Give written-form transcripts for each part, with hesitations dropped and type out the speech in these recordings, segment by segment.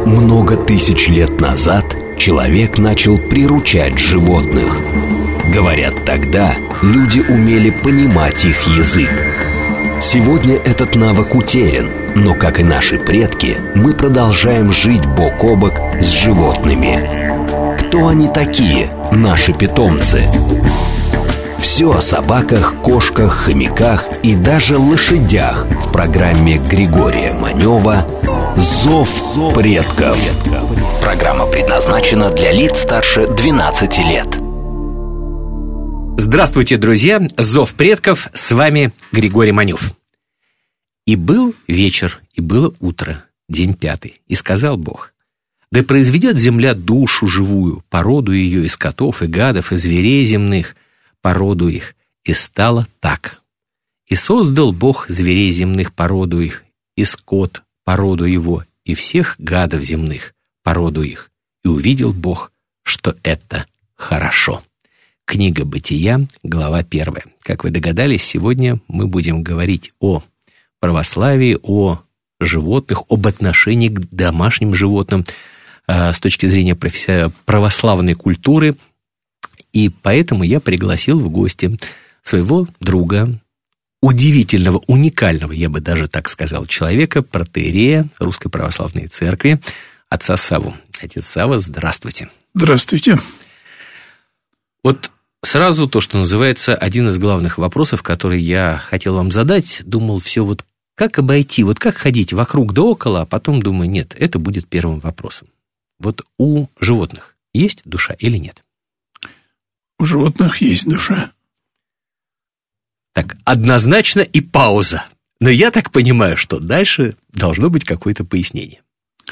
Много тысяч лет назад человек начал приручать животных. Говорят, тогда люди умели понимать их язык. Сегодня этот навык утерян, но, как и наши предки, мы продолжаем жить бок о бок с животными. Кто они такие, наши питомцы? Все о собаках, кошках, хомяках и даже лошадях в программе Григория Манева «Зов предков». Программа предназначена для лиц старше 12 лет. Здравствуйте, друзья! «Зов предков», с вами Григорий Манев. «И был вечер, и было утро, день 5, и сказал Бог: да произведет земля душу живую, породу ее из котов и гадов, и зверей земных, породу их, и стало так. И создал Бог зверей земных, породу их, и скот, породу его, и всех гадов земных, породу их. И увидел Бог, что это хорошо». Книга Бытия, глава 1. Как вы догадались, сегодня мы будем говорить о православии, о животных, об отношении к домашним животным с точки зрения православной культуры. И поэтому я пригласил в гости своего друга, удивительного, уникального, я бы даже так сказал, человека, протоиерея Русской Православной Церкви, отца Савву. Отец Савва, здравствуйте. Здравствуйте. Вот сразу то, что называется, один из главных вопросов, который я хотел вам задать, думал, все вот как обойти, вот как ходить вокруг да около, а потом думаю, нет, это будет первым вопросом. Вот у животных есть душа или нет? У животных есть душа. Так, однозначно и пауза. Но я так понимаю, что дальше должно быть какое-то пояснение.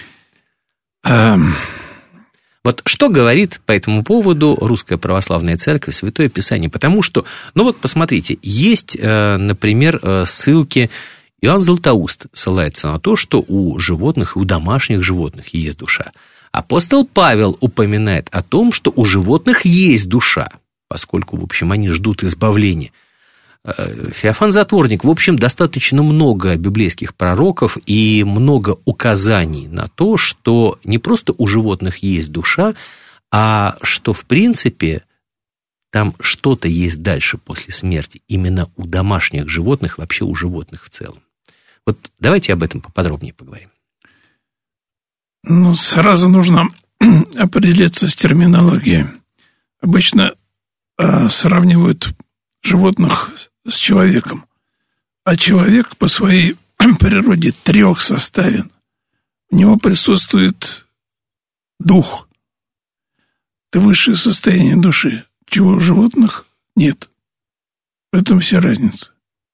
Вот что говорит по этому поводу Русская Православная Церковь, Святое Писание? Потому что, ну вот посмотрите, есть, например, ссылки. Иоанн Златоуст ссылается на то, что у животных и у домашних животных есть душа. Апостол Павел упоминает о том, что у животных есть душа, поскольку, в общем, они ждут избавления. Феофан Затворник, в общем, достаточно много библейских пророков и много указаний на то, что не просто у животных есть душа, а что, в принципе, там что-то есть дальше после смерти, именно у домашних животных, вообще у животных в целом. Вот давайте об этом поподробнее поговорим. Ну, сразу нужно определиться с терминологией. Обычно сравнивают животных с человеком, а человек по своей природе трехсоставен. В него присутствует дух. Это высшее состояние души, чего у животных нет. В этом вся разница.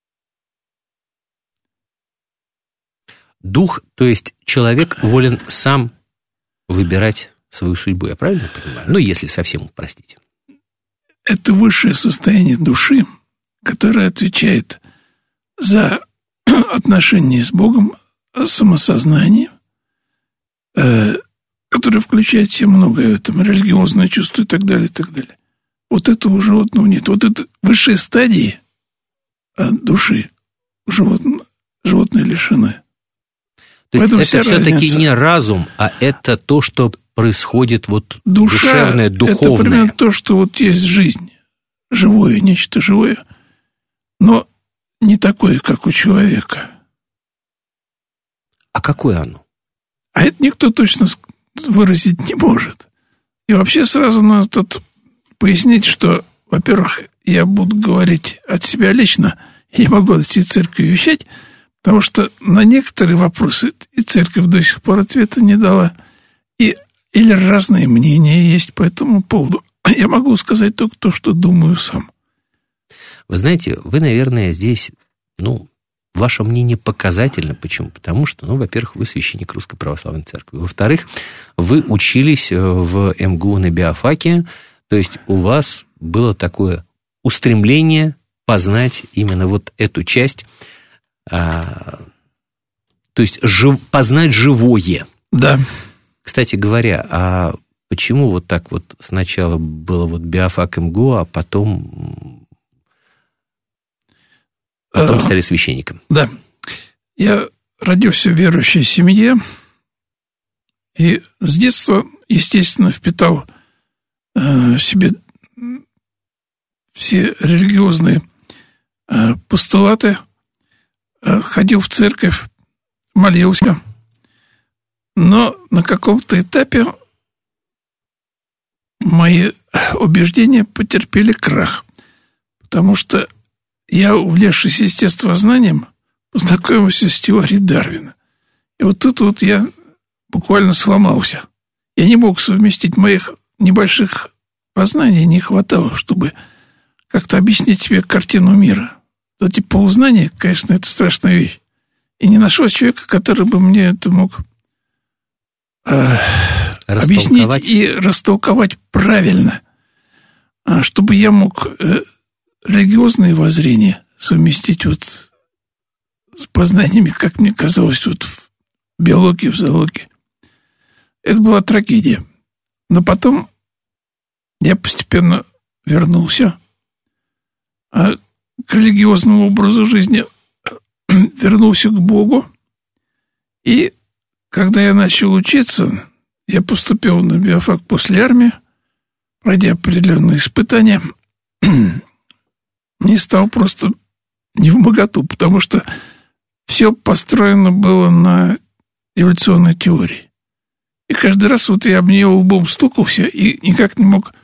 Дух, то есть человек волен сам выбирать свою судьбу, я правильно понимаю? Ну, если совсем упростить. Это высшее состояние души, которое отвечает за отношения с Богом, самосознание, которое включает в себя многое, там, религиозное чувство и так далее, и так далее. Вот этого у животного нет. Вот это высшие стадии души животные лишены. То есть это все-таки не разум, а это то, что происходит вот душевное, духовное. Это примерно то, что вот есть жизнь, живое, нечто живое, но не такое, как у человека. А какое оно? А это никто точно выразить не может. И вообще сразу надо тут пояснить, что, во-первых, я буду говорить от себя лично, я не могу от всей церкви вещать, потому что на некоторые вопросы и церковь до сих пор ответа не дала, или разные мнения есть по этому поводу. Я могу сказать только то, что думаю сам. Вы знаете, вы, наверное, здесь, ваше мнение показательно. Почему? Потому что, во-первых, вы священник Русской Православной Церкви. Во-вторых, вы учились в МГУ на биофаке, то есть у вас было такое устремление познать именно вот эту часть, то есть познать живое. Да. Кстати говоря, а почему вот так вот сначала было вот биофак МГУ, а потом стали священником? Да. Я родился в верующей семье. И с детства, естественно, впитал в себе все религиозные постулаты, ходил в церковь, молился. Но на каком-то этапе мои убеждения потерпели крах, потому что я, увлекшись естествознанием, познакомился с теорией Дарвина. И вот тут вот я буквально сломался. Я не мог совместить, моих небольших познаний не хватало, чтобы как-то объяснить себе картину мира. То типа узнание, конечно, это страшная вещь. И не нашлось человека, который бы мне это мог объяснить и растолковать правильно, чтобы я мог религиозные воззрения совместить вот с познаниями, как мне казалось, вот в биологии, в зоологии. Это была трагедия. Но потом я постепенно вернулся к религиозному образу жизни, вернулся к Богу. И когда я начал учиться, я поступил на биофак после армии, пройдя определенные испытания, не стал просто невмоготу, потому что все построено было на эволюционной теории. И каждый раз вот я об нее лбом стукался и никак не мог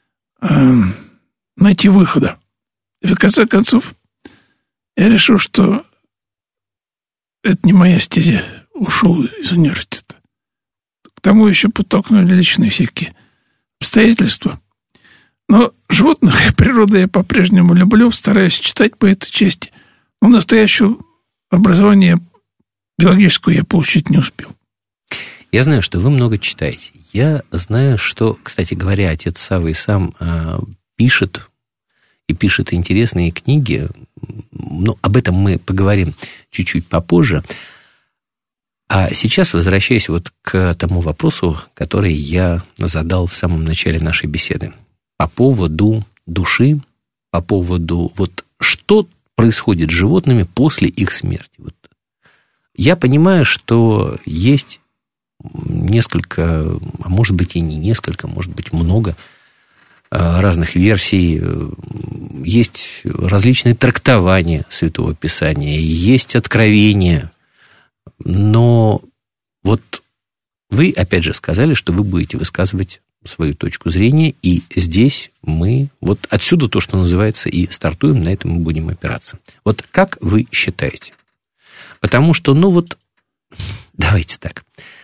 найти выхода. И в конце концов я решил, что это не моя стезя. Ушел из университета. К тому еще подтолкнули личные всякие обстоятельства. Но животных и природу я по-прежнему люблю, стараюсь читать по этой части. Но настоящего образования биологического я получить не успел. Я знаю, что вы много читаете. Я знаю, что, кстати говоря, отец Савва и сам пишет, и пишет интересные книги. Но об этом мы поговорим чуть-чуть попозже. А сейчас, возвращаясь вот к тому вопросу, который я задал в самом начале нашей беседы. По поводу души, по поводу вот что происходит с животными после их смерти. Вот. Я понимаю, что есть несколько, а может быть и не несколько, может быть много разных версий. Есть различные трактования Святого Писания, есть откровения. Но вот вы, опять же, сказали, что вы будете высказывать свою точку зрения, и здесь мы, вот отсюда то, что называется, и стартуем, на этом мы будем опираться. Вот как вы считаете? Потому что, ну вот, давайте так.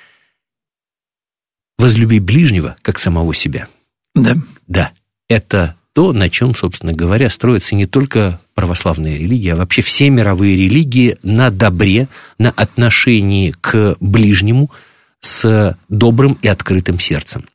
Возлюби ближнего, как самого себя. Да. Да, это то, на чем, собственно говоря, строится не только православная религия, а вообще все мировые религии на добре, на отношении к ближнему с добрым и открытым сердцем.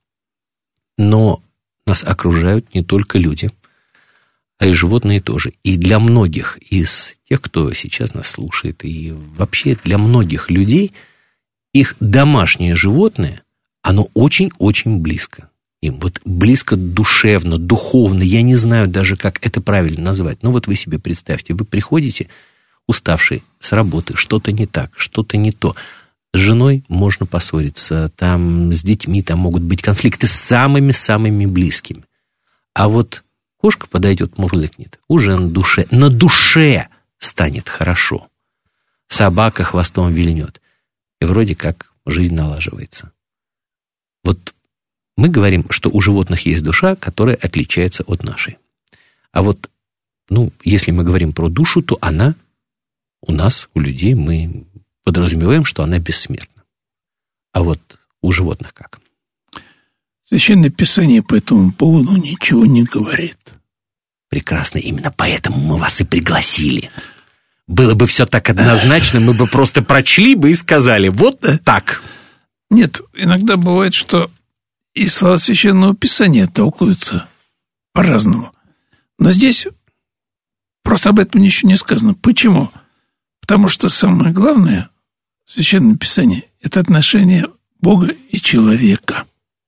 Но нас окружают не только люди, а и животные тоже. И для многих из тех, кто сейчас нас слушает, и вообще для многих людей, их домашнее животное, оно очень-очень близко. Им вот близко душевно, духовно, я не знаю даже, как это правильно назвать. Но вот вы себе представьте, вы приходите уставший с работы, что-то не так, что-то не то. С женой можно поссориться, там с детьми там могут быть конфликты с самыми-самыми близкими. А вот кошка подойдет, мурлыкнет, уже на душе станет хорошо. Собака хвостом вильнет. И вроде как жизнь налаживается. Вот мы говорим, что у животных есть душа, которая отличается от нашей. А вот, если мы говорим про душу, то она у нас, у людей, мы подразумеваем, что она бессмертна. А вот у животных как? Священное Писание по этому поводу ничего не говорит. Прекрасно, именно поэтому мы вас и пригласили. Было бы все так однозначно, мы бы просто прочли бы и сказали, вот так. Нет, иногда бывает, что и слова Священного Писания толкуются по-разному. Но здесь просто об этом ничего не сказано. Почему? Потому что самое главное в Священном Писании – это отношение Бога и человека.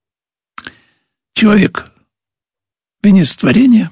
Человек – венец творения,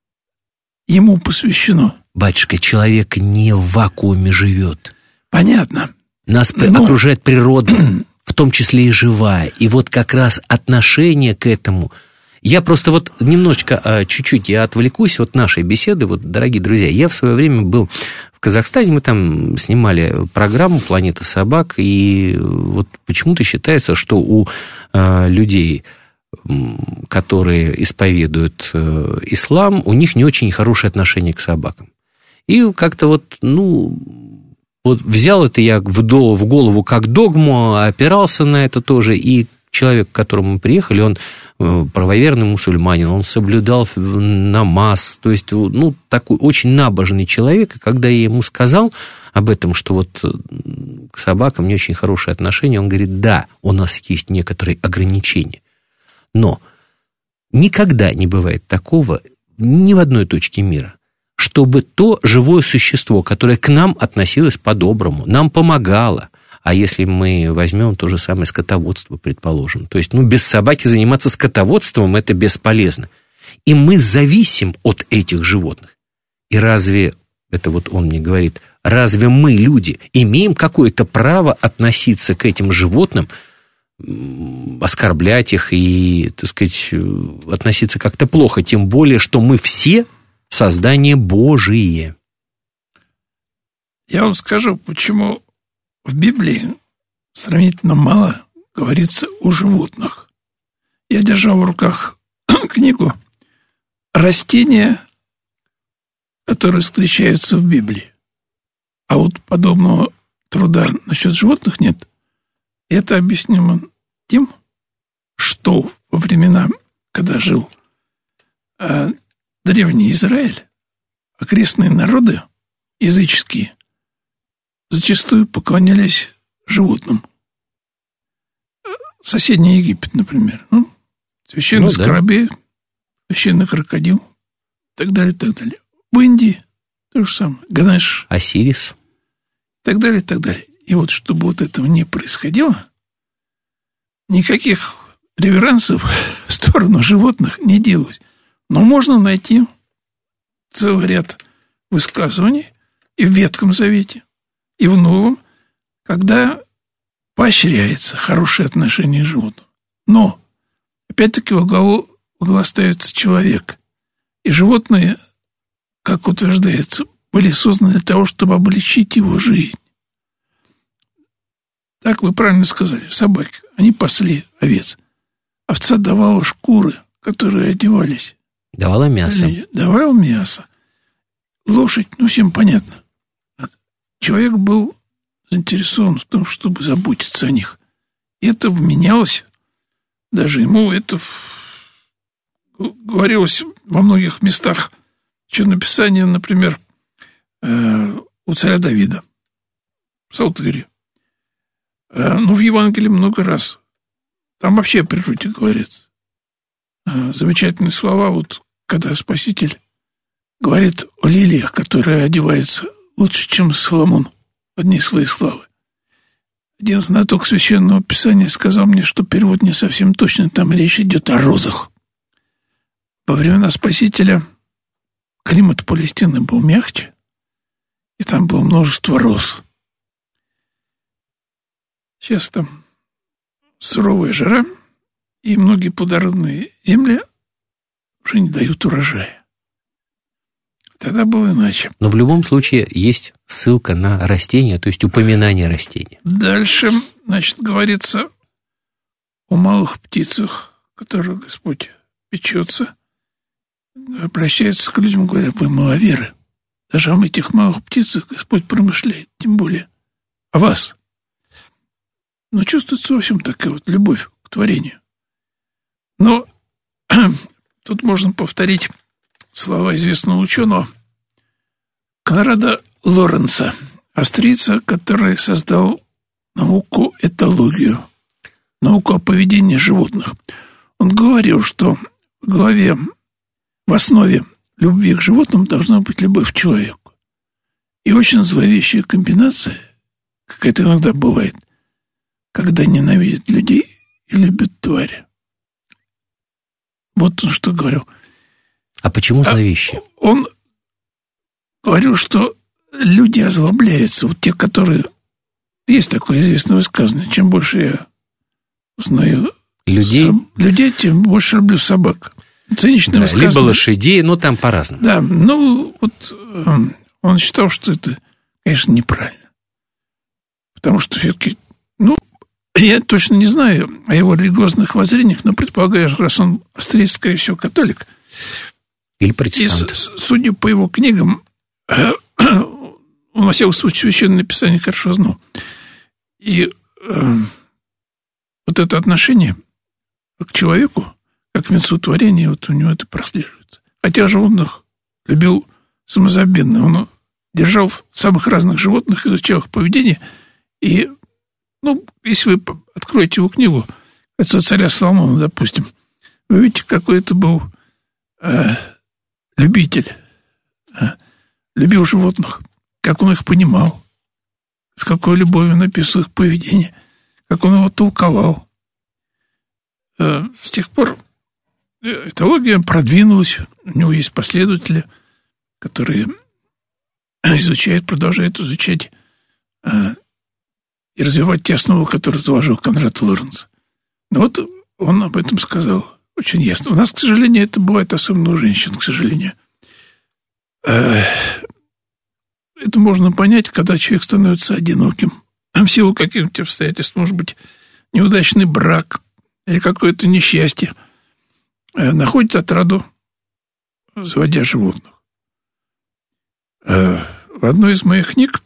ему посвящено. Батюшка, человек не в вакууме живет. Понятно. Нас окружает природа. в том числе и живая. И вот как раз отношение к этому... Я просто вот немножечко, чуть-чуть я отвлекусь от нашей беседы. Вот, дорогие друзья, я в свое время был в Казахстане, мы там снимали программу «Планета собак», и вот почему-то считается, что у людей, которые исповедуют ислам, у них не очень хорошее отношение к собакам. И как-то вот, вот взял это я в голову как догму, опирался на это тоже, и человек, к которому мы приехали, он правоверный мусульманин, он соблюдал намаз, то есть, такой очень набожный человек, и когда я ему сказал об этом, что вот к собакам не очень хорошее отношение, он говорит, да, у нас есть некоторые ограничения, но никогда не бывает такого ни в одной точке мира, чтобы то живое существо, которое к нам относилось по-доброму, нам помогало, а если мы возьмем то же самое скотоводство, предположим, то есть, без собаки заниматься скотоводством это бесполезно. И мы зависим от этих животных. И разве, это вот он мне говорит, разве мы, люди, имеем какое-то право относиться к этим животным, оскорблять их и, так сказать, относиться как-то плохо, тем более, что мы все создание Божие. Я вам скажу, почему в Библии сравнительно мало говорится о животных. Я держал в руках книгу «Растения, которые встречаются в Библии». А вот подобного труда насчет животных нет. Это объяснимо тем, что во времена, когда жил древний Израиль, окрестные народы языческие зачастую поклонялись животным. Соседний Египет, например. Священный скоробей, священный крокодил, и так далее, и так далее. В Индии то же самое. Ганеш. Осирис. И так далее, и так далее. И вот чтобы вот этого не происходило, никаких реверансов в сторону животных не делать. Но можно найти целый ряд высказываний и в Ветхом Завете, и в Новом, когда поощряется хорошее отношение к животным. Но, опять-таки, во главу ставится человек. И животные, как утверждается, были созданы для того, чтобы облегчить его жизнь. Так вы правильно сказали, собаки, они пасли овец. Овца давала шкуры, которые одевались. Давала мясо. Давала мясо. Лошадь, всем понятно. Человек был заинтересован в том, чтобы заботиться о них. И это вменялось, даже ему это говорилось во многих местах. Написание, например, у царя Давида, в Псалтыре. В Евангелии много раз. Там вообще о природе говорится. Замечательные слова, вот когда Спаситель говорит о лилиях, которые одеваются лучше, чем Соломон в дни своей славы. Один знаток Священного Писания сказал мне, что перевод не совсем точно, там речь идет о розах. Во времена Спасителя климат Палестины был мягче, и там было множество роз. Сейчас там суровая жара, и многие плодородные земли уже не дают урожая. Тогда было иначе. Но в любом случае есть ссылка на растения, то есть упоминание растения. Дальше, говорится о малых птицах, которых Господь печется, обращается к людям, говоря, вы маловеры. Даже об этих малых птицах Господь промышляет, тем более о вас. Но чувствуется, в общем, такая вот любовь к творению. Но тут можно повторить слова известного ученого Конрада Лоренца, австрийца, который создал науку этологию, науку о поведении животных. Он говорил, что в основе любви к животным должна быть любовь к человеку. И очень зловещая комбинация, как это иногда бывает, когда ненавидят людей и любят твари. Вот он что говорил. А почему зловещая? Он говорил, что люди озлобляются. Вот те, которые... Есть такое известное высказывание. Чем больше я знаю людей, тем больше люблю собак. Циничное высказывание. Либо лошадей, но там по-разному. Да, ну, вот он считал, что это, конечно, неправильно. Потому что все-таки, ну, я точно не знаю о его религиозных воззрениях, но предполагаю, раз он австрийский, скорее всего, католик. Или протестант. И, судя по его книгам, он, во всяком случае, Священное Писание хорошо знал. И вот это отношение к человеку, как к венцу творения, вот у него это прослеживается. Хотя животных любил самозабвенно. Он держал самых разных животных, изучал их поведение. И, ну, если вы откроете его книгу «Отца царя Соломона», допустим, вы увидите, какой это был любитель. Любил животных, как он их понимал, с какой любовью написал их поведение, как он его толковал. С тех пор этология продвинулась. У него есть последователи, которые продолжают изучать и развивать те основы, которые заложил Конрад Лоренц. Но вот он об этом сказал очень ясно. У нас, к сожалению, это бывает особенно у женщин, к сожалению. Это можно понять, когда человек становится одиноким. В силу каких-нибудь обстоятельств, может быть, неудачный брак или какое-то несчастье, находит отраду, заводя животных. В одной из моих книг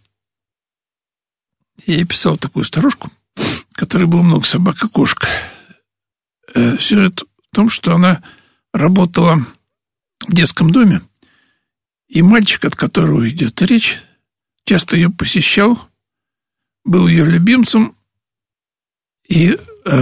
я писал такую старушку, у которой было много собак и кошек. Сюжет в том, что она работала в детском доме, и мальчик, от которого идет речь, часто ее посещал, был ее любимцем, и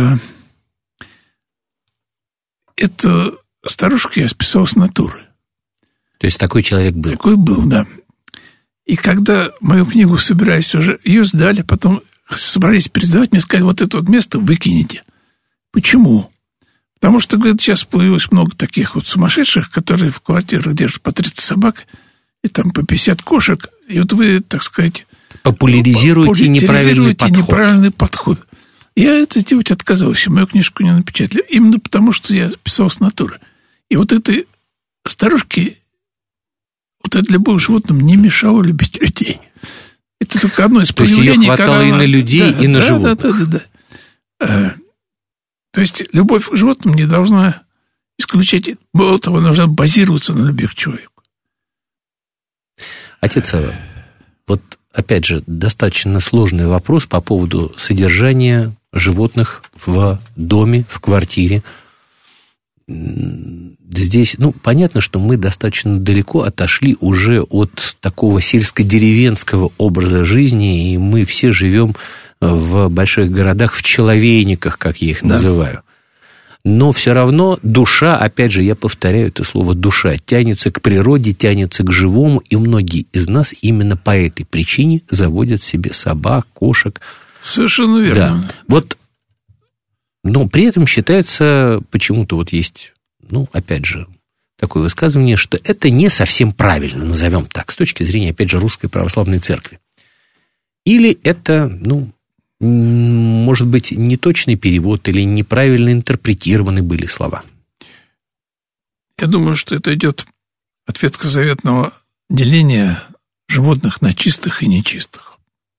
эту старушку я списал с натуры. То есть такой человек был? Такой был, да. И когда мою книгу собирались уже, ее сдали, потом собрались пересдавать, мне сказали, вот это вот место выкинете. Почему? Потому что, говорят, сейчас появилось много таких вот сумасшедших, которые в квартирах держат по 30 собак и там по 50 кошек. И вот вы, так сказать... Популяризируете неправильный подход. Я это делать отказался, мою книжку не напечатали. Именно потому, что я писал с натуры. И вот этой старушке, вот это любым животным не мешало любить людей. Это только одно из проявлений. То есть ее хватало и на людей, и на животных. Да. То есть любовь к животным не должна исключать, более того, должна базироваться на любви к человеку. Отец Савва, вот опять же достаточно сложный вопрос по поводу содержания животных в доме, в квартире. Здесь, понятно, что мы достаточно далеко отошли уже от такого сельско-деревенского образа жизни, и мы все живем в больших городах, в человейниках, как я их называю. Но все равно душа, опять же, я повторяю это слово «душа», тянется к природе, тянется к живому, и многие из нас именно по этой причине заводят себе собак, кошек. Совершенно верно. Да. Вот, но при этом считается, почему-то вот есть, опять же, такое высказывание, что это не совсем правильно, назовем так, с точки зрения, опять же, Русской Православной Церкви. Или это, может быть, неточный перевод или неправильно интерпретированы были слова? Я думаю, что это идет от ветхозаветного деления животных на чистых и нечистых.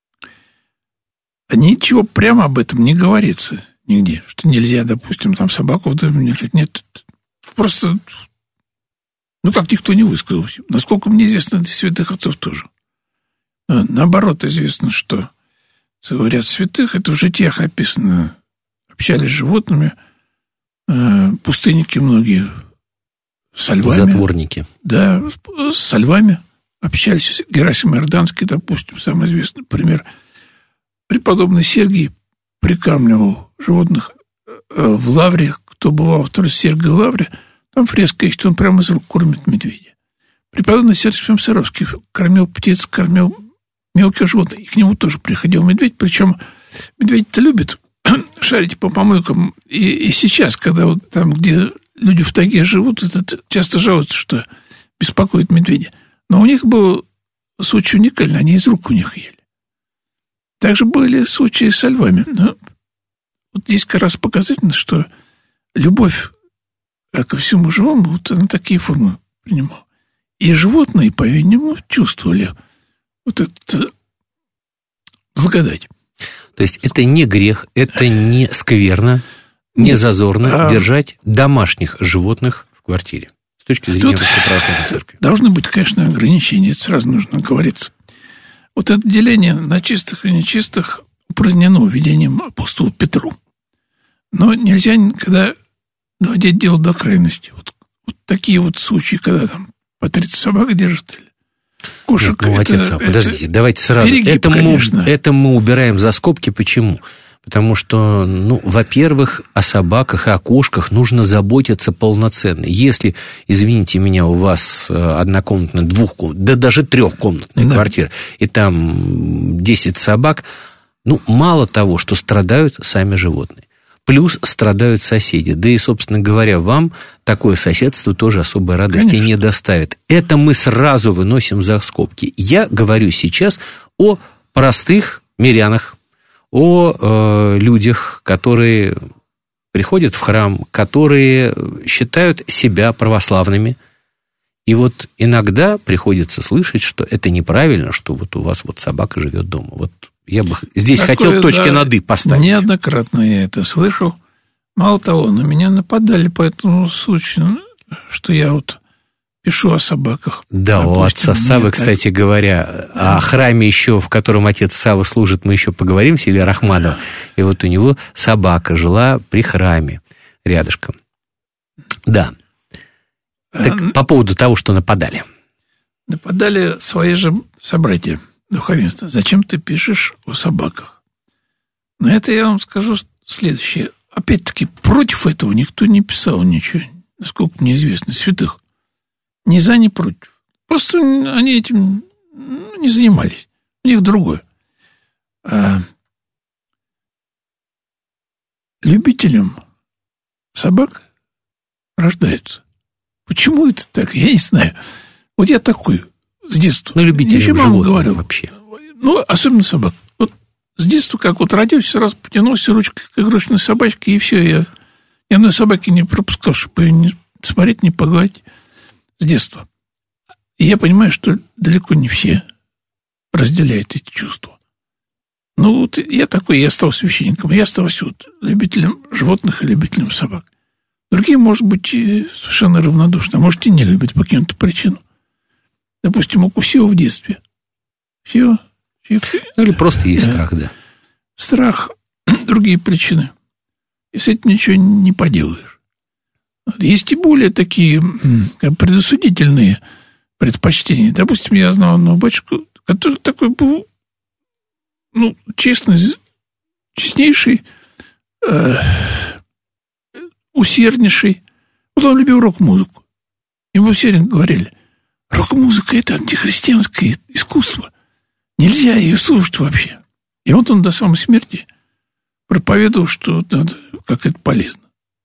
Ничего прямо об этом не говорится нигде, что нельзя, допустим, там собаку в доме держать. Нет, просто, как никто не высказался. Насколько мне известно, для святых отцов тоже. Наоборот, известно, что целый ряд святых, это в житиях описано, общались с животными, пустынники многие со львами. Затворники. Да, со львами общались. Герасим Иорданский, допустим, самый известный пример. Преподобный Сергий прикармливал животных в Лавре. Кто бывал в Троице-Сергиевой Лавре, там фреска есть, он прямо из рук кормит медведя. Преподобный Сергий Саровский кормил птиц, кормил мелких животных, и к нему тоже приходил медведь, причем медведь-то любит шарить по помойкам, и сейчас, когда вот там, где люди в тайге живут, это часто жалуются, что беспокоит медведя. Но у них был случай уникальный, они из рук у них ели. Также были случаи со львами. Но вот здесь как раз показательно, что любовь ко всему живому вот она такие формы принимала. И животные, по-видимому, чувствовали вот эту благодать. То есть это не грех, это не скверно, не зазорно держать домашних животных в квартире. С точки зрения Русской Православной Церкви. Должны быть, конечно, ограничения, это сразу нужно говориться. Вот это деление на чистых и нечистых упразднено введением апостола Петру. Но нельзя никогда доводить дело до крайности. Вот такие вот случаи, когда там по 30 собак держат или кошек. Нет, отец, подождите, давайте сразу. Перегиб, это мы убираем за скобки. Почему? Потому что, во-первых, о собаках и о кошках нужно заботиться полноценно. Если, извините меня, у вас однокомнатная, двухкомнатная, да даже трехкомнатная квартира, и там 10 собак, мало того, что страдают сами животные. Плюс страдают соседи. Да и, собственно говоря, вам такое соседство тоже особой радости не доставит. Это мы сразу выносим за скобки. Я говорю сейчас о простых мирянах, о людях, которые приходят в храм, которые считают себя православными. И вот иногда приходится слышать, что это неправильно, что вот у вас вот собака живет дома. Вот я бы здесь хотел точки над «и» поставить. Неоднократно я это слышал. Мало того, на меня нападали по этому случаю, что я вот пишу о собаках. Да, допустим, у отца Саввы, кстати говоря, о храме еще, в котором отец Савва служит, мы еще поговорим, с Ильей Рахмановым. И вот у него собака жила при храме рядышком. Да. Так по поводу того, что нападали. Нападали свои же собратья духовенства. Зачем ты пишешь о собаках? На это я вам скажу следующее. Опять-таки, против этого никто не писал ничего, насколько мне известно, святых. Ни за, ни против. Просто они этим не занимались. У них другое. Любителям собак рождаются. Почему это так? Я не знаю. Вот я такой с детства. Любителям животных вообще. Особенно собак. Вот с детства, как вот родился, сразу потянулся ручкой к игрушечной собачке, и все. Я ни одной собаки не пропускал, чтобы ее не смотреть, не погладить. С детства. И я понимаю, что далеко не все разделяют эти чувства. Вот я такой, я стал священником, я остался любителем животных и любителем собак. Другие, может быть, совершенно равнодушны, а может, и не любят по каким-то причинам. Допустим, укусил в детстве. Все. Или просто есть страх, да. Страх, другие причины. И с этим ничего не поделаешь. Есть и более такие предосудительные предпочтения. Допустим, я знал одного батюшку, который такой был, честный, честнейший, усерднейший. Вот он любил рок-музыку. Ему все говорили, рок-музыка – это антихристианское искусство. Нельзя ее слушать вообще. И вот он до самой смерти проповедовал, что надо, как это полезно.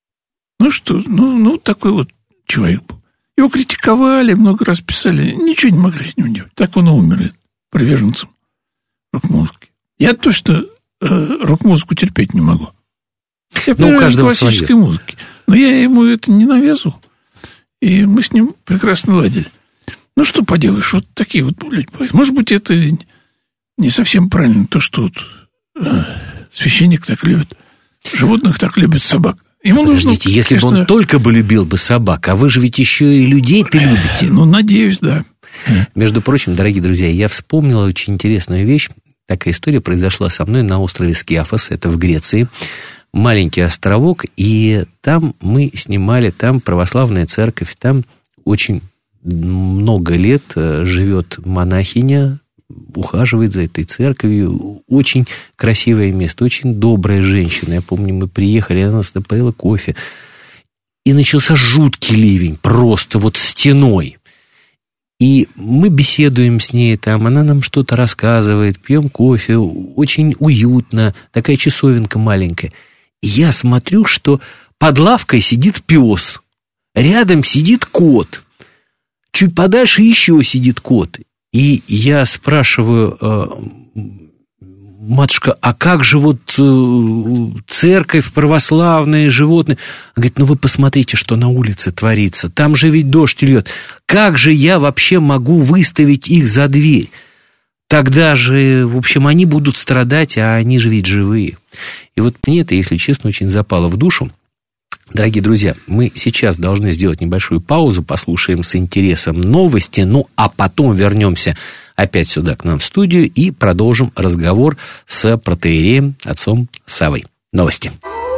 Такой вот человек был. Его критиковали, много раз писали, ничего не могли с ним делать. Так он и умер приверженцем рок-музыки. Я точно рок-музыку терпеть не могу. Я привержен классической музыки. Но я ему это не навязывал. И мы с ним прекрасно ладили. Что поделаешь, вот такие вот люди бывают. Может быть, это не совсем правильно, то, что священник так любит животных, так любит собак. Ему нужно, если бы он только бы любил бы собак, а вы же ведь еще и людей-то любите. Надеюсь, да. Между прочим, дорогие друзья, я вспомнил очень интересную вещь. Такая история произошла со мной на острове Скиафос, это в Греции. Маленький островок, и там мы снимали, там православная церковь, там очень много лет живет монахиня, ухаживает за этой церковью. Очень красивое место, очень добрая женщина. Я помню, мы приехали, она нас напоила кофе. И начался жуткий ливень, просто вот стеной. И мы беседуем с ней там, она нам что-то рассказывает, пьем кофе, очень уютно, такая часовенка маленькая. И я смотрю, что под лавкой сидит пес, рядом сидит кот, чуть подальше еще сидит кот. И я спрашиваю матушка, а как же вот церковь, православные животные? Она говорит, ну вы посмотрите, что на улице творится, там же ведь дождь льет. Как же я вообще могу выставить их за дверь? Тогда же, в общем, они будут страдать, а они же ведь живые. И вот мне это, если честно, очень запало в душу. Дорогие друзья, мы сейчас должны сделать небольшую паузу, послушаем с интересом новости, ну, а потом вернемся опять сюда к нам в студию и продолжим разговор с протоиереем отцом Саввой. Новости.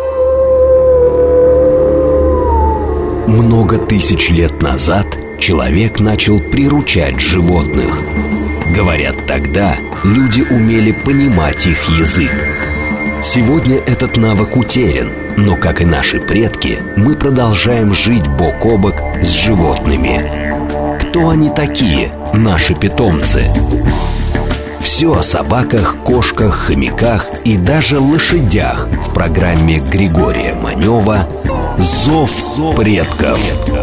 Много тысяч лет назад человек начал приручать животных. Говорят, тогда люди умели понимать их язык. Сегодня этот навык утерян, но, как и наши предки, мы продолжаем жить бок о бок с животными. Кто они такие, наши питомцы? Все о собаках, кошках, хомяках и даже лошадях в программе Григория Манева «Зов предков».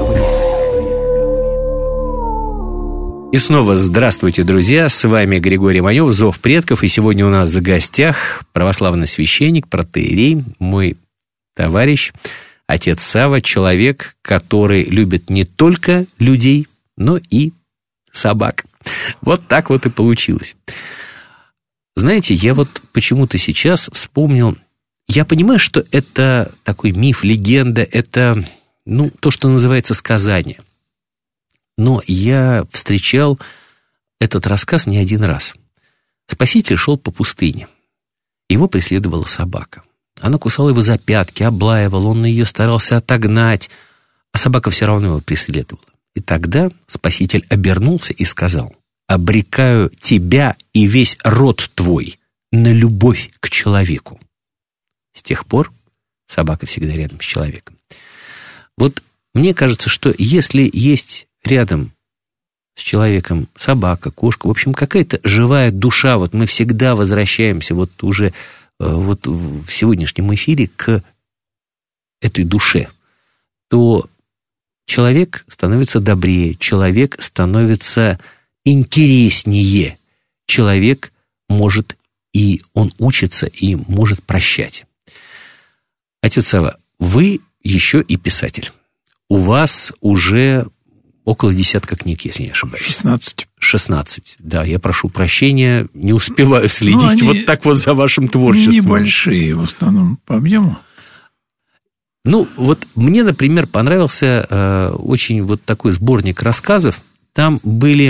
И снова здравствуйте, друзья, с вами Григорий Манев, «Зов предков», и сегодня у нас в гостях православный священник, протоиерей, мой товарищ, отец Савва, человек, который любит не только людей, но и собак. Вот так вот и получилось. Знаете, я вот почему-то сейчас вспомнил, я понимаю, что это такой миф, легенда, это, ну, то, что называется сказание. Но я встречал этот рассказ не один раз. Спаситель шел по пустыне. Его преследовала собака. Она кусала его за пятки, облаивала, он ее старался отогнать, а собака все равно его преследовала. И тогда Спаситель обернулся и сказал: «Обрекаю тебя и весь род твой на любовь к человеку». С тех пор собака всегда рядом с человеком. Вот мне кажется, что если есть рядом с человеком собака, кошка, в общем, какая-то живая душа, вот мы всегда возвращаемся вот уже вот в сегодняшнем эфире к этой душе, то человек становится добрее, человек становится интереснее, человек может, и он учится, и может прощать. Отец Савва, вы еще и писатель. У вас уже около 10 книг, если не ошибаюсь. 16, да, я прошу прощения, не успеваю следить вот так вот за вашим творчеством. Небольшие, в основном, по объему. Ну, вот мне, например, понравился очень вот такой сборник рассказов. Там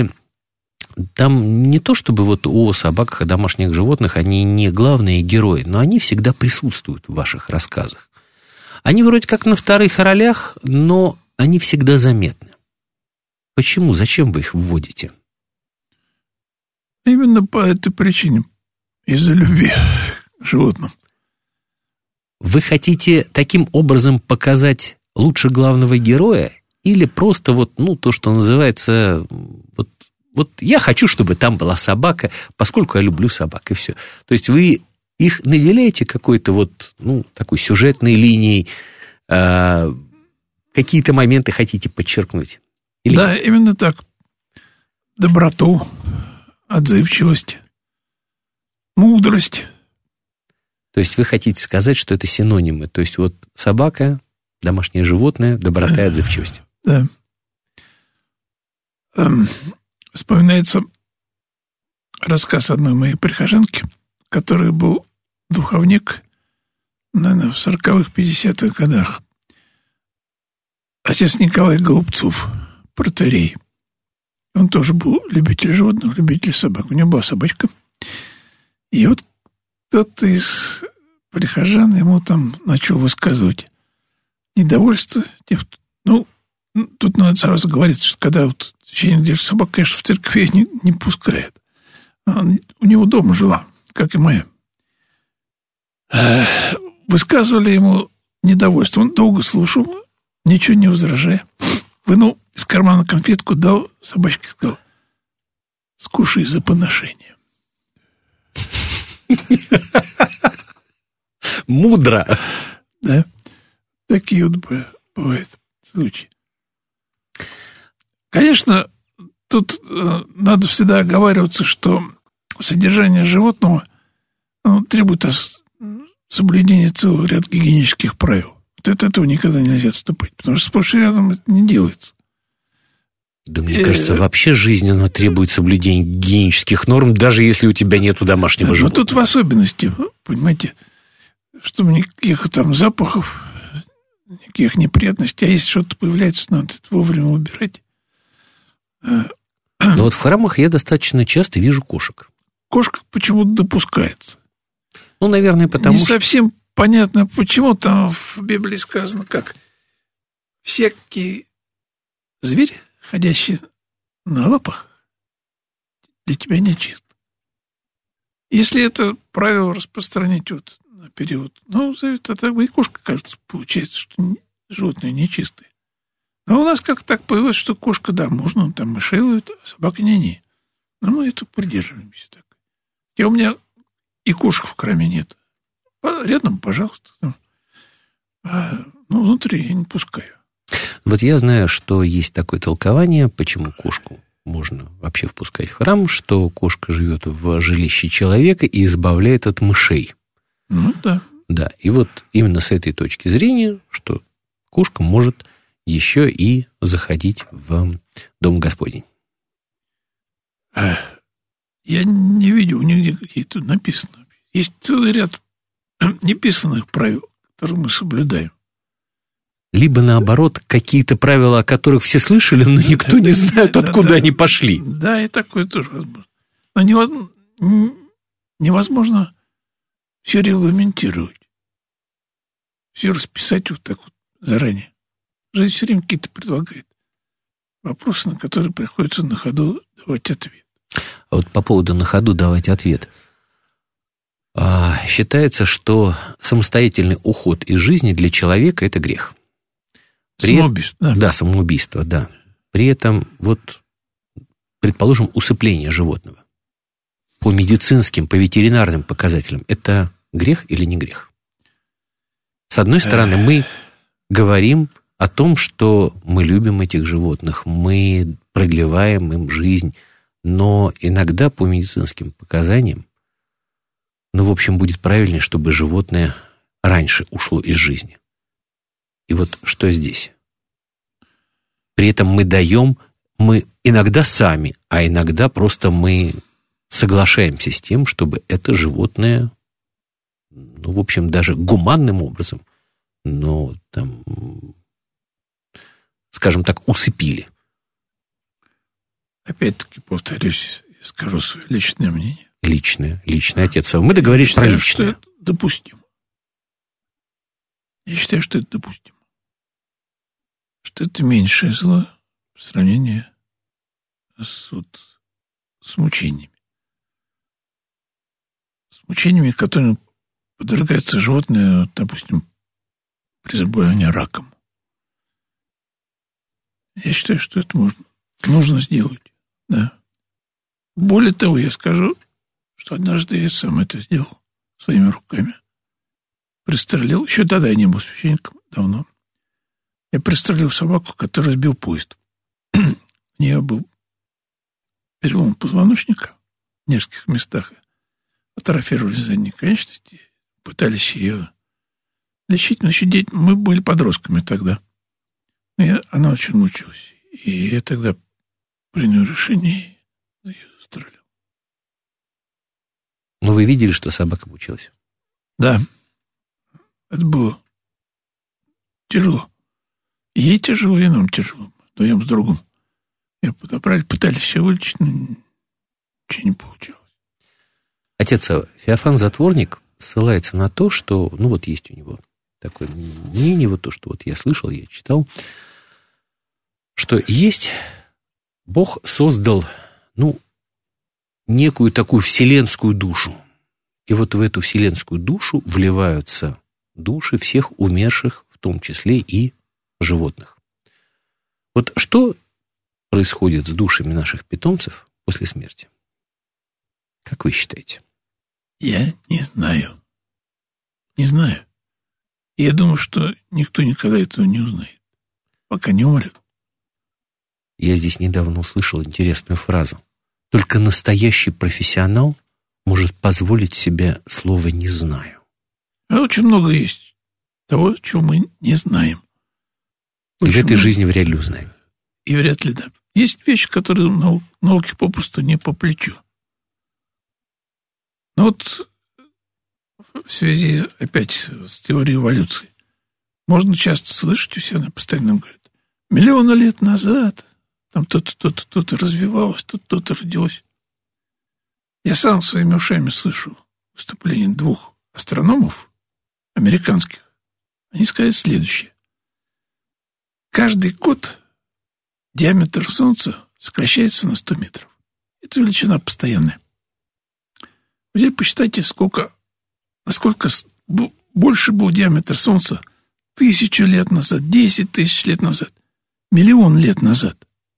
не то чтобы вот о собаках, о домашних животных, они не главные герои, но они всегда присутствуют в ваших рассказах. Они вроде как на вторых ролях, но они всегда заметны. Почему? Зачем вы их вводите? Именно по этой причине. Из-за любви к животным. Вы хотите таким образом показать лучше главного героя? Или просто вот, ну, то, что называется... Вот я хочу, чтобы там была собака, поскольку я люблю собак, и все. То есть вы их наделяете какой-то вот, ну, такой сюжетной линией, какие-то моменты хотите подчеркнуть? Или... Да, именно так. Доброту, отзывчивость, мудрость. То есть вы хотите сказать, что это синонимы? То есть вот собака, домашнее животное, доброта и отзывчивость. Да. Вспоминается рассказ одной моей прихожанки, который был духовник, наверное, в 40-х, 50-х годах. Отец Николай Голубцов, протоиерей. Он тоже был любитель животных, любитель собак. У него была собачка. И вот кто-то из прихожан ему там начал высказывать недовольство. Ну, тут надо сразу говорить, что когда вот священник держит собаку, конечно, в церкви не пускает. У него дома жила, как и моя. Высказывали ему недовольство. Он долго слушал, ничего не возражая. Вынул из кармана конфетку, дал собачке и сказал: «Скушай за поношение». Мудро. Да. Такие вот бывают случаи. Конечно, тут надо всегда оговариваться, что содержание животного, оно требует соблюдения целого ряда гигиенических правил. Вот от этого никогда нельзя отступать, потому что сплошь и рядом это не делается. Да мне кажется, вообще жизнь, она требует соблюдения гигиенических норм, даже если у тебя нету домашнего животного. Но тут в особенности, понимаете, чтобы никаких там запахов, никаких неприятностей, а если что-то появляется, надо это вовремя убирать. Но вот в храмах я достаточно часто вижу кошек. Кошка почему-то допускается. Ну, наверное, потому что... Не совсем понятно, почему там в Библии сказано, как всякий зверь, ходящий на лапах, для тебя нечист. Если это правило распространить вот на период, тогда и кошка, кажется, получается, что животное нечистое. Но у нас как так появилось, что кошка, да, можно, там мышей ловит, а собака не. Но мы это придерживаемся так. И у меня и кошек в храме нет. Рядом, пожалуйста. А внутри я не пускаю. Вот я знаю, что есть такое толкование, почему кошку можно вообще впускать в храм, что кошка живет в жилище человека и избавляет от мышей. Ну, да. Да, и вот именно с этой точки зрения, что кошка может еще и заходить в Дом Господень. Я не видел нигде, где тут написано. Есть целый ряд неписанных правил, которые мы соблюдаем. Либо, наоборот, какие-то правила, о которых все слышали, но никто не знает, откуда они пошли. Да, и такое тоже возможно. Но невозможно все регламентировать. Все расписать вот так вот заранее. Жизнь все время какие-то предлагает вопросы, на которые приходится на ходу давать ответ. А вот по поводу на ходу давать ответ. Считается, что самостоятельный уход из жизни для человека – это грех. Самоубийство, да. Да, самоубийство, да. При этом, вот, предположим, усыпление животного. По медицинским, по ветеринарным показателям – это грех или не грех? С одной стороны, мы говорим о том, что мы любим этих животных, мы продлеваем им жизнь, но иногда по медицинским показаниям, в общем, будет правильнее, чтобы животное раньше ушло из жизни. И вот что здесь? При этом мы иногда сами, а иногда просто мы соглашаемся с тем, чтобы это животное, в общем, даже гуманным образом, скажем так, усыпили. Опять-таки, повторюсь, я скажу свое личное мнение. Личное, отец. Мы договорились про личное. Что это допустимо. Я считаю, что это допустимо. Что это меньшее зло в сравнении с мучениями. С мучениями, которым подвергается животное, допустим, при заболевании раком. Я считаю, что это нужно сделать. Да. Более того, я скажу, что однажды я сам это сделал своими руками. Пристрелил, еще тогда я не был священником, давно. Я пристрелил собаку, которая сбил поезд. У нее был перелом позвоночника в нескольких местах. Атрофировали задние конечности, пытались ее лечить. Но еще мы были подростками тогда. Она очень мучилась. И я тогда принял решение и ее застрелил. Но вы видели, что собака мучилась? Да. Это было тяжело. Ей тяжело, и нам тяжело. Вдвоем с другом. Я подобрали, пытались все вылечить, но ничего не получилось. Отец Феофан Затворник ссылается на то, что, есть у него такое мнение, то, что я слышал, я читал, что есть, Бог создал, некую такую вселенскую душу. И вот в эту вселенскую душу вливаются души всех умерших, в том числе и животных. Вот что происходит с душами наших питомцев после смерти? Как вы считаете? Я не знаю. Не знаю. Я думаю, что никто никогда этого не узнает, пока не умрет. Я здесь недавно услышал интересную фразу. Только настоящий профессионал может позволить себе слово «не знаю». Очень много есть того, чего мы не знаем. И в этой жизни вряд ли узнаем. И вряд ли, да. Есть вещи, которые науке попросту не по плечу. Но вот в связи опять с теорией эволюции можно часто слышать, у себя постоянно говорят, миллионы лет назад там то-то развивалось, то-то родилось. Я сам своими ушами слышу выступление 2 астрономов американских. Они сказали следующее. Каждый год диаметр Солнца сокращается на 100 метров. Это величина постоянная. Теперь посчитайте, насколько больше был диаметр Солнца 1000 лет назад, 10 тысяч лет назад, 1 000 000 лет назад.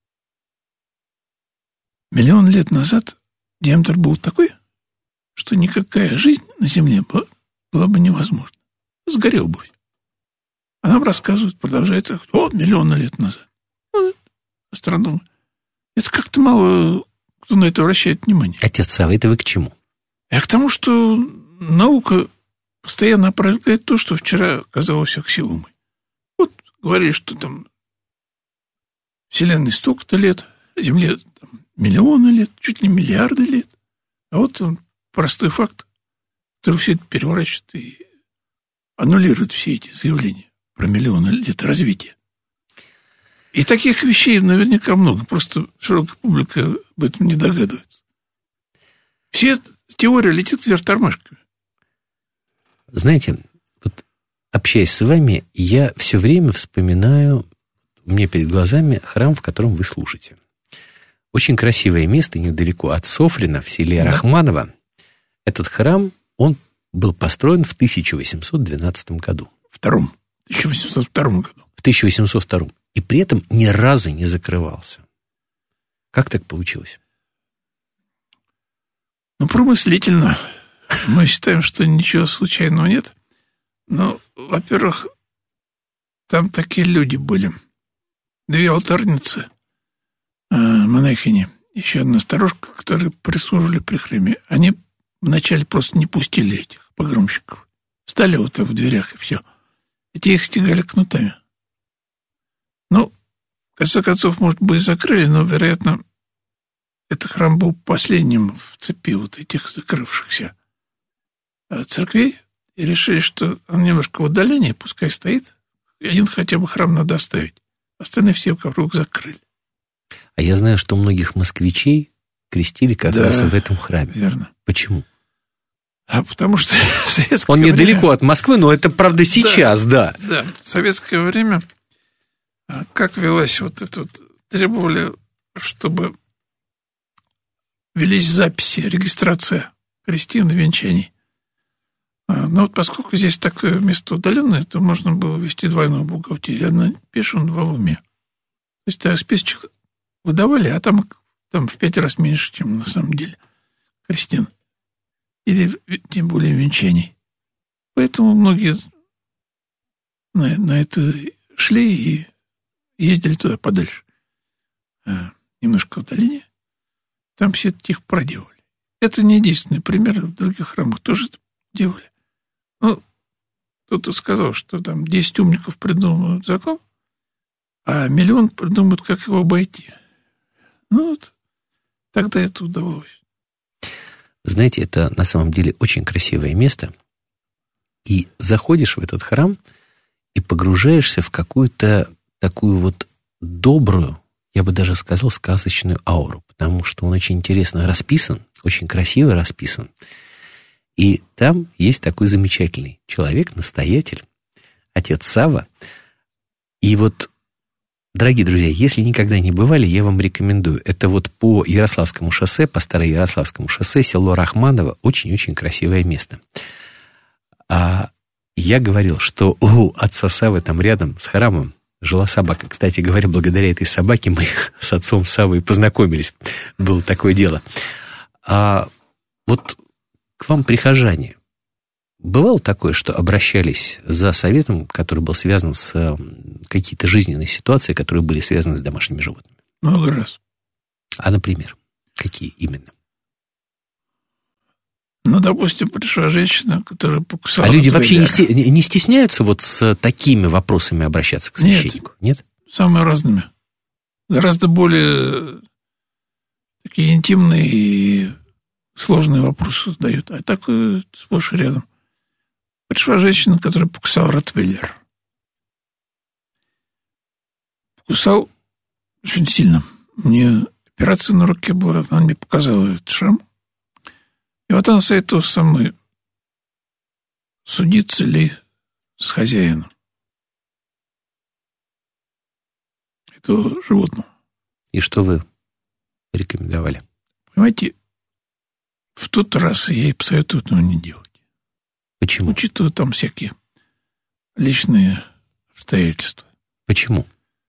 1 000 000 лет назад диаметр был такой, что никакая жизнь на Земле была бы невозможна. Сгорел бы. А нам рассказывают, продолжают, 1 000 000 лет назад. Астрономы. Это как-то мало кто на это обращает внимание. Отец Савва, это вы к чему? А к тому, что наука постоянно опровергает то, что вчера казалось аксиомой. Вот говорили, что там Вселенной столько-то лет, Земле там, миллионы лет, чуть ли миллиарды лет. А вот он, простой факт, который все это переворачивает и аннулирует все эти заявления про миллионы лет развития. И таких вещей наверняка много, просто широкая публика об этом не догадывается. Все теория летит вверх тормашками. Знаете, вот общаясь с вами, я все время вспоминаю, у меня перед глазами храм, в котором вы служите. Очень красивое место, недалеко от Софрина, в селе Рахманово. Этот храм, он был построен в 1812 году. В 1802 году. В 1802. И при этом ни разу не закрывался. Как так получилось? Промыслительно. Мы считаем, что ничего случайного нет. Но, во-первых, там такие люди были. 2 алтарницы, монахини, еще одна старушка, которые прислуживали при храме. Они вначале просто не пустили этих погромщиков. Встали вот в дверях, и все. И те их стегали кнутами. В конце концов, может быть, закрыли, но, вероятно, этот храм был последним в цепи вот этих закрывшихся церквей, и решили, что он немножко в отдалении, пускай стоит, и один хотя бы храм надо оставить. Остальные все вокруг закрыли. А я знаю, что многих москвичей крестили как раз в этом храме. Верно. Почему? Потому что в советское Он время... недалеко от Москвы, но это, правда, сейчас, да. Да, в советское время, как велась вот это вот, требовали, чтобы велись записи, регистрация крестин и венчаний. Но вот поскольку здесь такое место удаленное, то можно было вести двойную бухгалтерию. Одна пишем, 2 в уме. То есть списочек выдавали, а там в 5 раз меньше, чем на самом деле крестин. Или тем более венчаний. Поэтому многие на это шли и ездили туда подальше. Немножко удаление. Там все это тихо проделали. Это не единственный пример. В других храмах тоже это делали. Кто-то сказал, что там 10 умников придумывают закон, а 1 000 000 придумают, как его обойти. Тогда это удалось. Знаете, это на самом деле очень красивое место. И заходишь в этот храм и погружаешься в какую-то такую вот добрую, я бы даже сказал, сказочную ауру, потому что он очень интересно расписан, очень красиво расписан. И там есть такой замечательный человек, настоятель, отец Савва. И вот, дорогие друзья, если никогда не бывали, я вам рекомендую. Это вот по Ярославскому шоссе, по Староярославскому шоссе, село Рахманово, очень-очень красивое место. А я говорил, что у отца Саввы там рядом с храмом жила собака. Кстати говоря, благодаря этой собаке мы с отцом Саввой познакомились. Было такое дело. А вот к вам, прихожане, бывало такое, что обращались за советом, который был связан с какие-то жизненные ситуации, которые были связаны с домашними животными? Много раз. А, например, какие именно? Ну, допустим, пришла женщина, которая покусала... А люди вообще не стесняются вот с такими вопросами обращаться к священнику? Нет? Самыми разными. Гораздо более такие интимные и сложные вопросы задают. А так сплошь и рядом. Пришла женщина, которая покусала ротвейлер. Покусал очень сильно. Мне операция на руке была, она мне показала этот шрам. И вот она советовала со мной, судиться ли с хозяином этого животного. И что вы рекомендовали? Понимаете, в тот раз я ей посоветую этого не делать. Почему? Учитывая там всякие личные обстоятельства. Почему?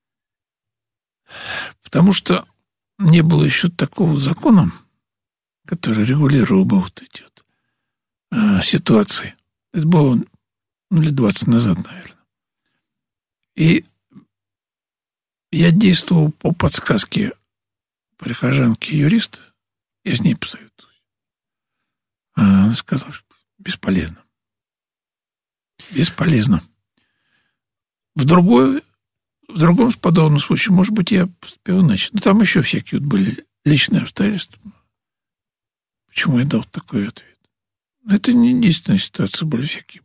Потому что не было еще такого закона, который регулировал бы вот эти вот ситуации. Это было лет 20 назад, наверное. И я действовал по подсказке прихожанки-юриста. Я с ней посоветовался. Она сказала, что бесполезно. Бесполезно. В другом подобном случае, может быть, я поступил иначе. Но там еще всякие вот были личные обстоятельства. Почему я дал такой ответ? Это не единственная ситуация, были всякие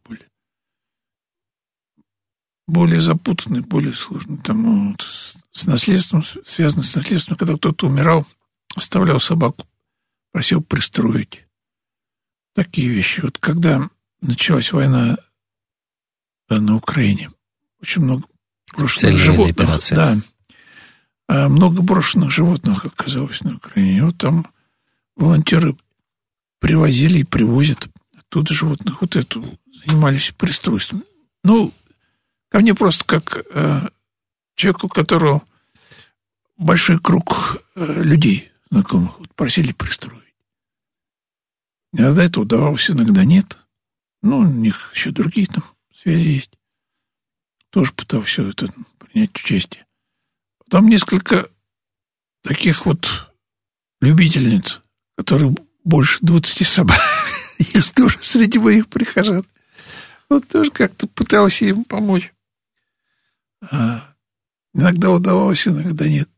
более запутанные, более сложные. Там вот, с наследством, связано с наследством, когда кто-то умирал, оставлял собаку, просил пристроить. Такие вещи. Вот когда началась война на Украине, очень много брошенных животных. Да. Много брошенных животных оказалось на Украине. И вот там волонтеры привозили и привозят оттуда животных. Вот это занимались пристройством. Ну, ко мне просто как человеку, у которого большой круг людей знакомых, вот, просили пристроить. Иногда это удавалось, иногда нет. Ну, у них еще другие там связи есть. Тоже пытался это принять участие. Там несколько таких вот любительниц, которые больше 20 собак есть тоже среди моих прихожан. Вот тоже как-то пытался им помочь. Иногда удавалось, иногда нет.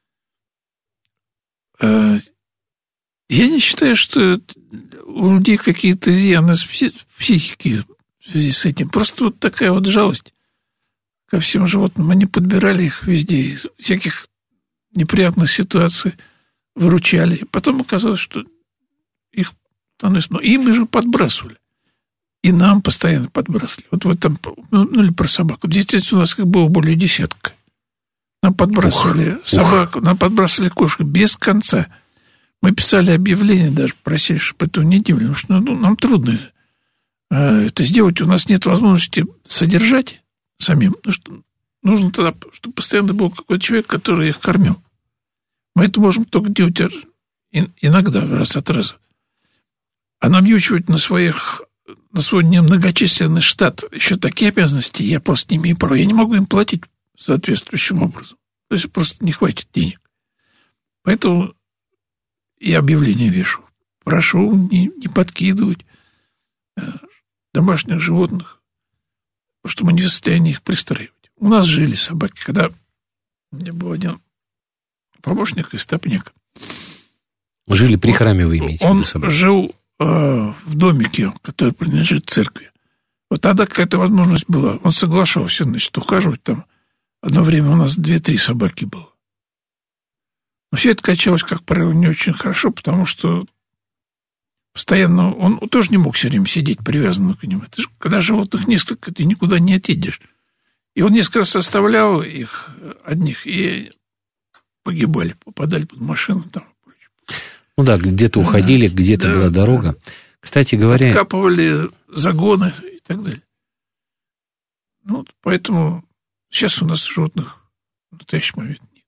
Я не считаю, что у людей какие-то изъяны в психике в связи с этим. Просто вот такая вот жалость ко всем животным. Они подбирали их везде, из всяких неприятных ситуаций выручали. И потом оказалось, что их становится... Но им же подбрасывали. И нам постоянно подбрасывали. Вот в этом... Ну, или про собаку. Здесь у нас как было более десятка. Нам подбрасывали собаку, нам подбрасывали кошку без конца. Мы писали объявления, даже просили, чтобы этого не делали. Потому что нам трудно это сделать. У нас нет возможности содержать самим. Потому что нужно тогда, чтобы постоянно был какой-то человек, который их кормил. Мы это можем только делать иногда, раз от раза. А навьючивать на свой немногочисленный штат еще такие обязанности я просто не имею права. Я не могу им платить соответствующим образом. То есть просто не хватит денег. Поэтому я объявление вешу. Прошу не подкидывать домашних животных, потому что мы не в состоянии их пристраивать. У нас жили собаки, когда у меня был один помощник истопник. Жили при храме, вы имеете в виду собаки? Он жил в домике, который принадлежит церкви. Вот тогда какая-то возможность была. Он соглашался, значит, ухаживать там. Одно время у нас 2-3 собаки было. Но все это качалось, как правило, не очень хорошо, потому что постоянно он тоже не мог все время сидеть привязанным к ним. Это же, когда животных несколько, ты никуда не отъедешь. И он несколько раз оставлял их одних, и погибали, попадали под машину там. Ну да, где-то уходили, где-то была дорога. Кстати говоря... Откапывали загоны и так далее. Ну, поэтому сейчас у нас животных в настоящий момент нет.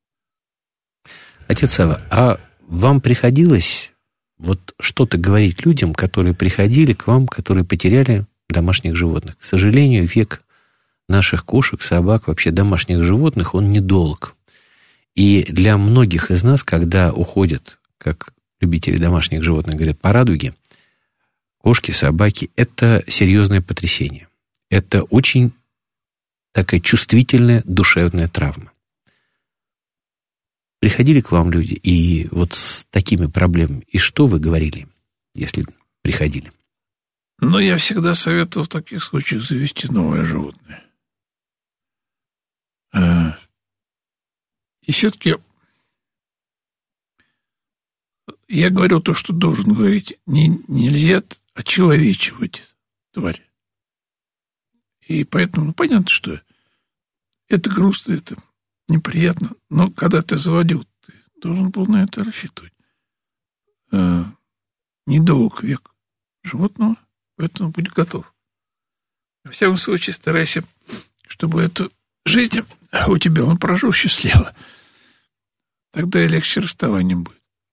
Отец Савва, а вам приходилось вот что-то говорить людям, которые приходили к вам, которые потеряли домашних животных? К сожалению, век наших кошек, собак, вообще домашних животных, он недолг. И для многих из нас, когда уходят, как любители домашних животных говорят, по радуге, кошки, собаки – это серьезное потрясение. Это очень такая чувствительная душевная травма. Приходили к вам люди и вот с такими проблемами, и что вы говорили, если приходили? Но я всегда советую в таких случаях завести новое животное. И все-таки я говорю то, что должен говорить. Нельзя очеловечивать тварь. И поэтому понятно, что это грустно, это неприятно. Но когда ты заводил, ты должен был на это рассчитывать. Недолг век животного, поэтому будь готов. Во всяком случае, старайся, чтобы эту жизнь у тебя он прожил счастливо. Тогда и легче расставание будет.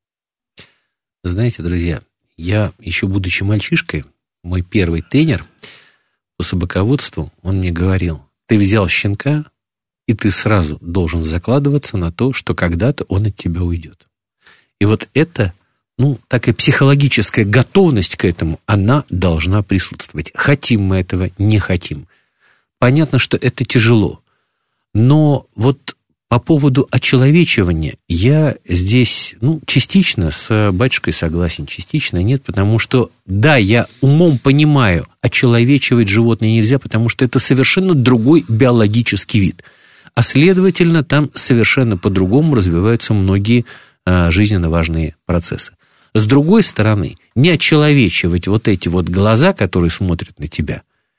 Знаете, друзья, я еще будучи мальчишкой, мой первый тренер по собаководству, он мне говорил: ты взял щенка, и ты сразу должен закладываться на то, что когда-то он от тебя уйдет. И вот это, такая психологическая готовность к этому, она должна присутствовать. Хотим мы этого, не хотим. Понятно, что это тяжело. Но вот по поводу очеловечивания я здесь, частично с батюшкой согласен, частично нет, потому что, да, я умом понимаю, очеловечивать животное нельзя, потому что это совершенно другой биологический вид. А следовательно, там совершенно по-другому развиваются многие жизненно важные процессы. С другой стороны, не очеловечивать вот эти вот глаза, которые смотрят на тебя,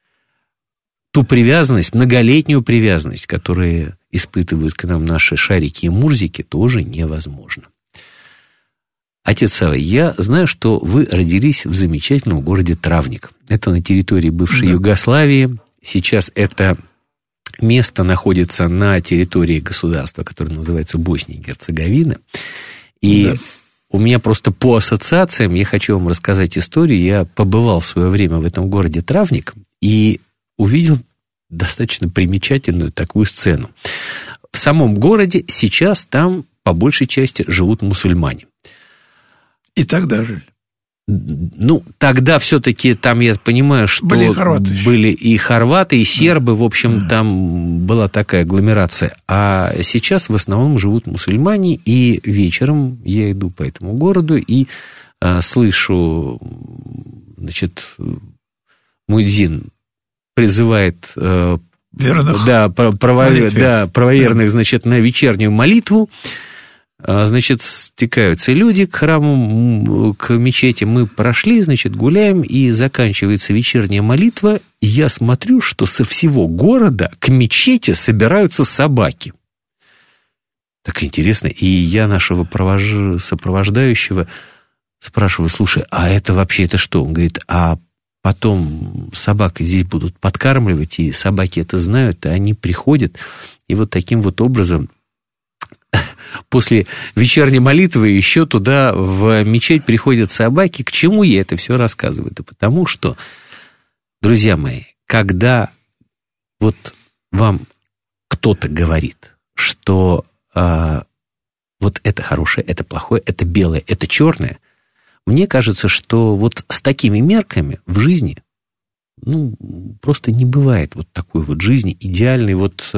ту привязанность, многолетнюю привязанность, которые испытывают к нам наши шарики и мурзики, тоже невозможно. Отец Савва, я знаю, что вы родились в замечательном городе Травник. Это на территории бывшей Югославии. Сейчас это место находится на территории государства, которое называется Босния и Герцеговина. И у меня просто по ассоциациям, я хочу вам рассказать историю. Я побывал в свое время в этом городе Травник и увидел достаточно примечательную такую сцену. В самом городе сейчас там по большей части живут мусульмане. И тогда жили. Тогда все-таки там, я понимаю, что были и хорваты, и сербы, в общем, там была такая агломерация. А сейчас в основном живут мусульмане, и вечером я иду по этому городу и слышу, муэдзин призывает правоверных, на вечернюю молитву. Стекаются люди к храму, к мечети. Мы прошли, гуляем, и заканчивается вечерняя молитва. И я смотрю, что со всего города к мечети собираются собаки. Так интересно. И я нашего сопровождающего спрашиваю: слушай, а это вообще это что? Он говорит: а потом собак здесь будут подкармливать, и собаки это знают, и они приходят. И вот таким вот образом после вечерней молитвы еще туда, в мечеть, приходят собаки. К чему я это все рассказываю? Да потому что, друзья мои, когда вот вам кто-то говорит, что вот это хорошее, это плохое, это белое, это черное, мне кажется, что вот с такими мерками в жизни, просто не бывает вот такой вот жизни идеальной, вот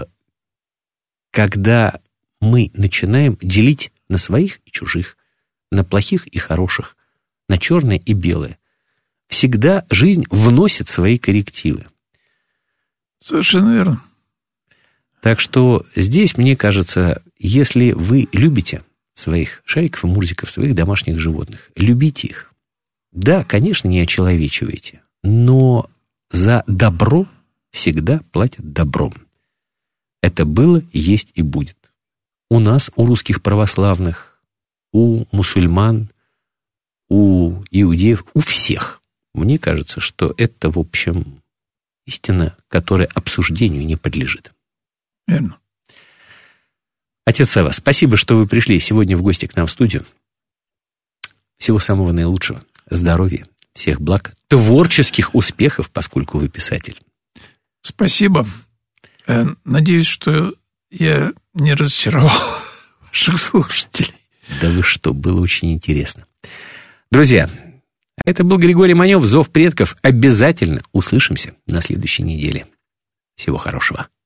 когда мы начинаем делить на своих и чужих, на плохих и хороших, на черное и белое. Всегда жизнь вносит свои коррективы. Совершенно верно. Так что здесь, мне кажется, если вы любите своих шариков и мурзиков, своих домашних животных, любите их. Да, конечно, не очеловечивайте, но за добро всегда платят добром. Это было, есть и будет. У нас, у русских православных, у мусульман, у иудеев, у всех. Мне кажется, что это, в общем, истина, которая обсуждению не подлежит. Верно. Отец Савва, спасибо, что вы пришли сегодня в гости к нам в студию. Всего самого наилучшего. Здоровья, всех благ, творческих успехов, поскольку вы писатель. Спасибо. Надеюсь, что я не разочаровал ваших слушателей. Да вы что, было очень интересно. Друзья, Это был Григорий Манев, «Зов предков». Обязательно услышимся на следующей неделе. Всего хорошего.